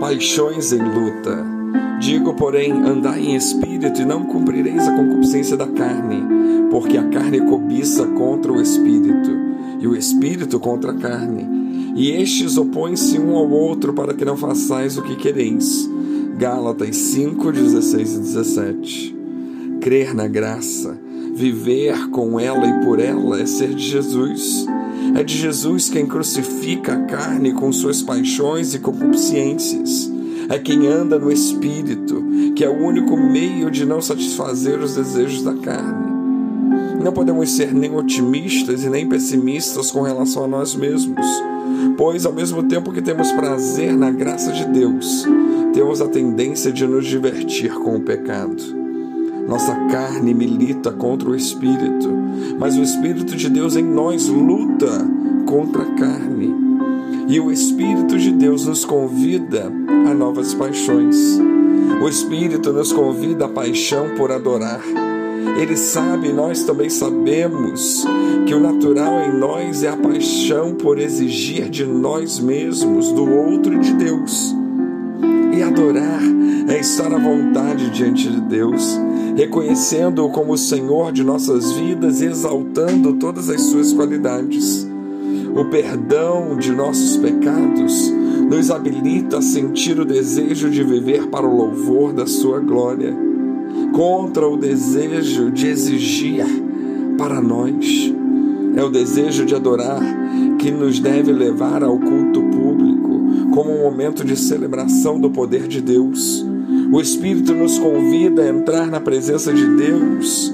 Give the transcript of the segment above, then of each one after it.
paixões em luta. Digo, porém, andai em espírito e não cumprireis a concupiscência da carne, porque a carne cobiça contra o espírito, e o espírito contra a carne, e estes opõem-se um ao outro para que não façais o que quereis. Gálatas 5, 16 e 17. Crer na graça, viver com ela e por ela é ser de Jesus. É de Jesus quem crucifica a carne com suas paixões e concupiscências. É quem anda no Espírito, que é o único meio de não satisfazer os desejos da carne. Não podemos ser nem otimistas e nem pessimistas com relação a nós mesmos, pois ao mesmo tempo que temos prazer na graça de Deus, temos a tendência de nos divertir com o pecado. Nossa carne milita contra o Espírito, mas o Espírito de Deus em nós luta contra a carne. E o Espírito de Deus nos convida a novas paixões. O Espírito nos convida à paixão por adorar. Ele sabe, e nós também sabemos, que o natural em nós é a paixão por exigir de nós mesmos, do outro e de Deus. E adorar é estar à vontade diante de Deus, reconhecendo-o como o Senhor de nossas vidas e exaltando todas as suas qualidades. O perdão de nossos pecados nos habilita a sentir o desejo de viver para o louvor da sua glória, contra o desejo de exigir para nós. É o desejo de adorar que nos deve levar ao culto público, como um momento de celebração do poder de Deus. O Espírito nos convida a entrar na presença de Deus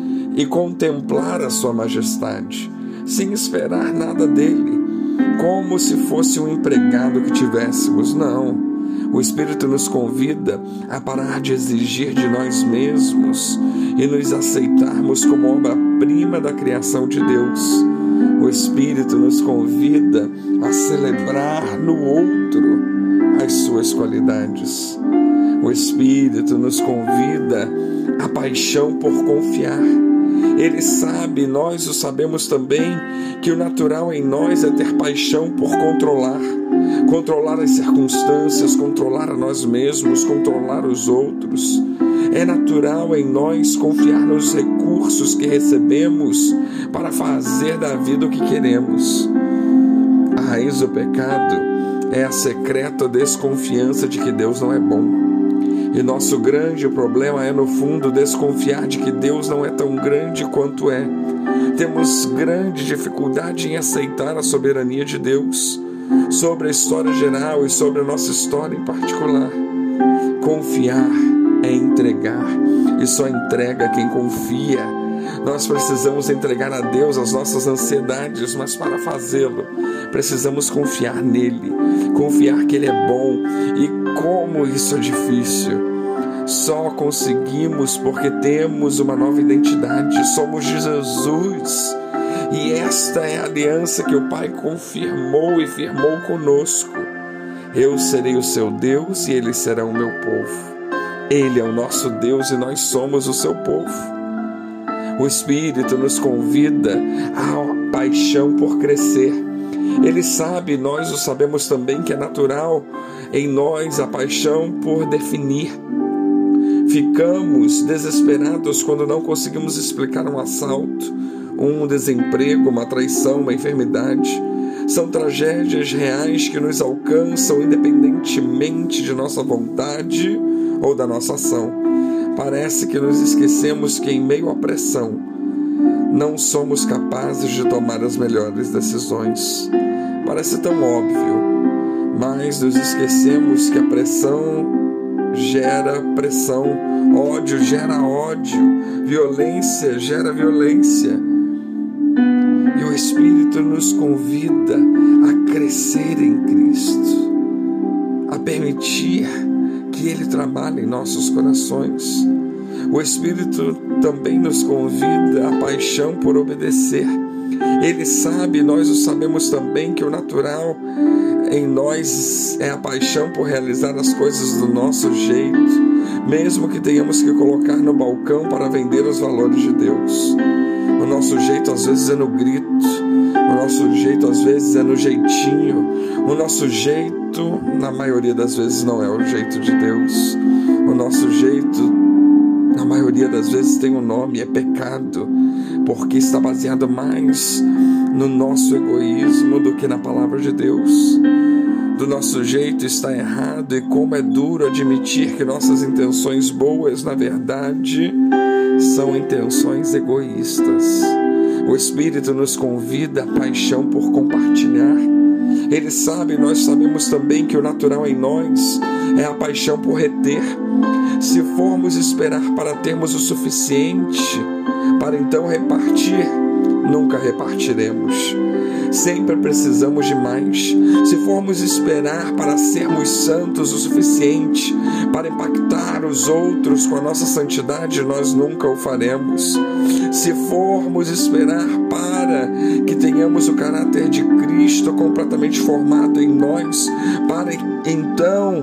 e contemplar a sua majestade, sem esperar nada dele, como se fosse um empregado que tivéssemos. Não. O Espírito nos convida a parar de exigir de nós mesmos e nos aceitarmos como obra-prima da criação de Deus. O Espírito nos convida a celebrar no outro as suas qualidades. O Espírito nos convida à paixão por confiar. Ele sabe, nós o sabemos também, que o natural em nós é ter paixão por controlar as circunstâncias, controlar a nós mesmos, controlar os outros. É natural em nós confiar nos recursos que recebemos para fazer da vida o que queremos. A raiz do pecado é a secreta desconfiança de que Deus não é bom. E nosso grande problema é, no fundo, desconfiar de que Deus não é tão grande quanto é. Temos grande dificuldade em aceitar a soberania de Deus sobre a história geral e sobre a nossa história em particular. Confiar é entregar, e só entrega quem confia. Nós precisamos entregar a Deus as nossas ansiedades, mas para fazê-lo, precisamos confiar nele, confiar que ele é bom. E como isso é difícil! Só conseguimos porque temos uma nova identidade, somos de Jesus. E esta é a aliança que o Pai confirmou e firmou conosco. Eu serei o seu Deus e eles serão o meu povo. Ele é o nosso Deus e nós somos o seu povo. O Espírito nos convida à paixão por crescer. Ele sabe, nós o sabemos também, que é natural em nós a paixão por definir. Ficamos desesperados quando não conseguimos explicar um assalto, um desemprego, uma traição, uma enfermidade. São tragédias reais que nos alcançam independentemente de nossa vontade ou da nossa ação. Parece que nos esquecemos que, em meio à pressão, não somos capazes de tomar as melhores decisões. Parece tão óbvio, mas nos esquecemos que a pressão gera pressão, ódio gera ódio, violência gera violência. E o Espírito nos convida a crescer em Cristo, a permitir que Ele trabalhe em nossos corações. O Espírito também nos convida à paixão por obedecer. Ele sabe, nós o sabemos também, que o natural em nós é a paixão por realizar as coisas do nosso jeito, mesmo que tenhamos que colocar no balcão para vender os valores de Deus. O nosso jeito às vezes é no grito, o nosso jeito às vezes é no jeitinho, o nosso jeito, na maioria das vezes, não é o jeito de Deus. O nosso jeito, na maioria das vezes, tem um nome, é pecado, porque está baseado mais no nosso egoísmo do que na palavra de Deus. Do nosso jeito está errado, e como é duro admitir que nossas intenções boas, na verdade, são intenções egoístas. O Espírito nos convida à paixão por compartilhar. Ele sabe, nós sabemos também que o natural em nós é a paixão por reter. Se formos esperar para termos o suficiente para então repartir, nunca repartiremos. Sempre precisamos de mais. Se formos esperar para sermos santos o suficiente para impactar os outros com a nossa santidade, nós nunca o faremos. Se formos esperar para que tenhamos o caráter de Cristo completamente formado em nós, para então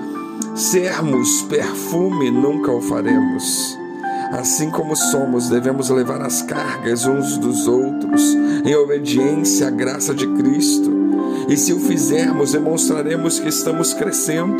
sermos perfume, nunca o faremos. Assim como somos, devemos levar as cargas uns dos outros, em obediência à graça de Cristo. E se o fizermos, demonstraremos que estamos crescendo.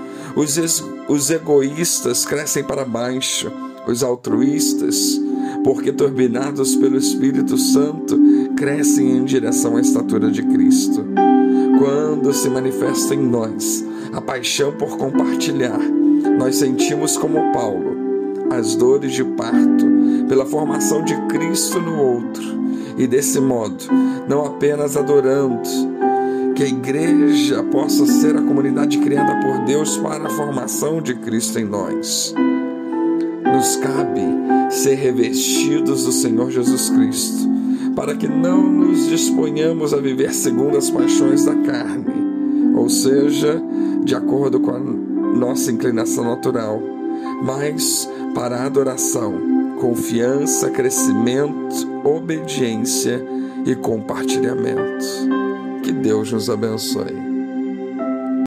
Os egoístas crescem para baixo, os altruístas, porque turbinados pelo Espírito Santo, crescem em direção à estatura de Cristo. Quando se manifesta em nós a paixão por compartilhar, nós sentimos como Paulo as dores de parto pela formação de Cristo no outro, e desse modo, não apenas adorando, que a igreja possa ser a comunidade criada por Deus para a formação de Cristo em nós. Nos cabe ser revestidos do Senhor Jesus Cristo, para que não nos disponhamos a viver segundo as paixões da carne, ou seja, de acordo com a nossa inclinação natural, mas para a adoração, confiança, crescimento, obediência e compartilhamento. Que Deus nos abençoe.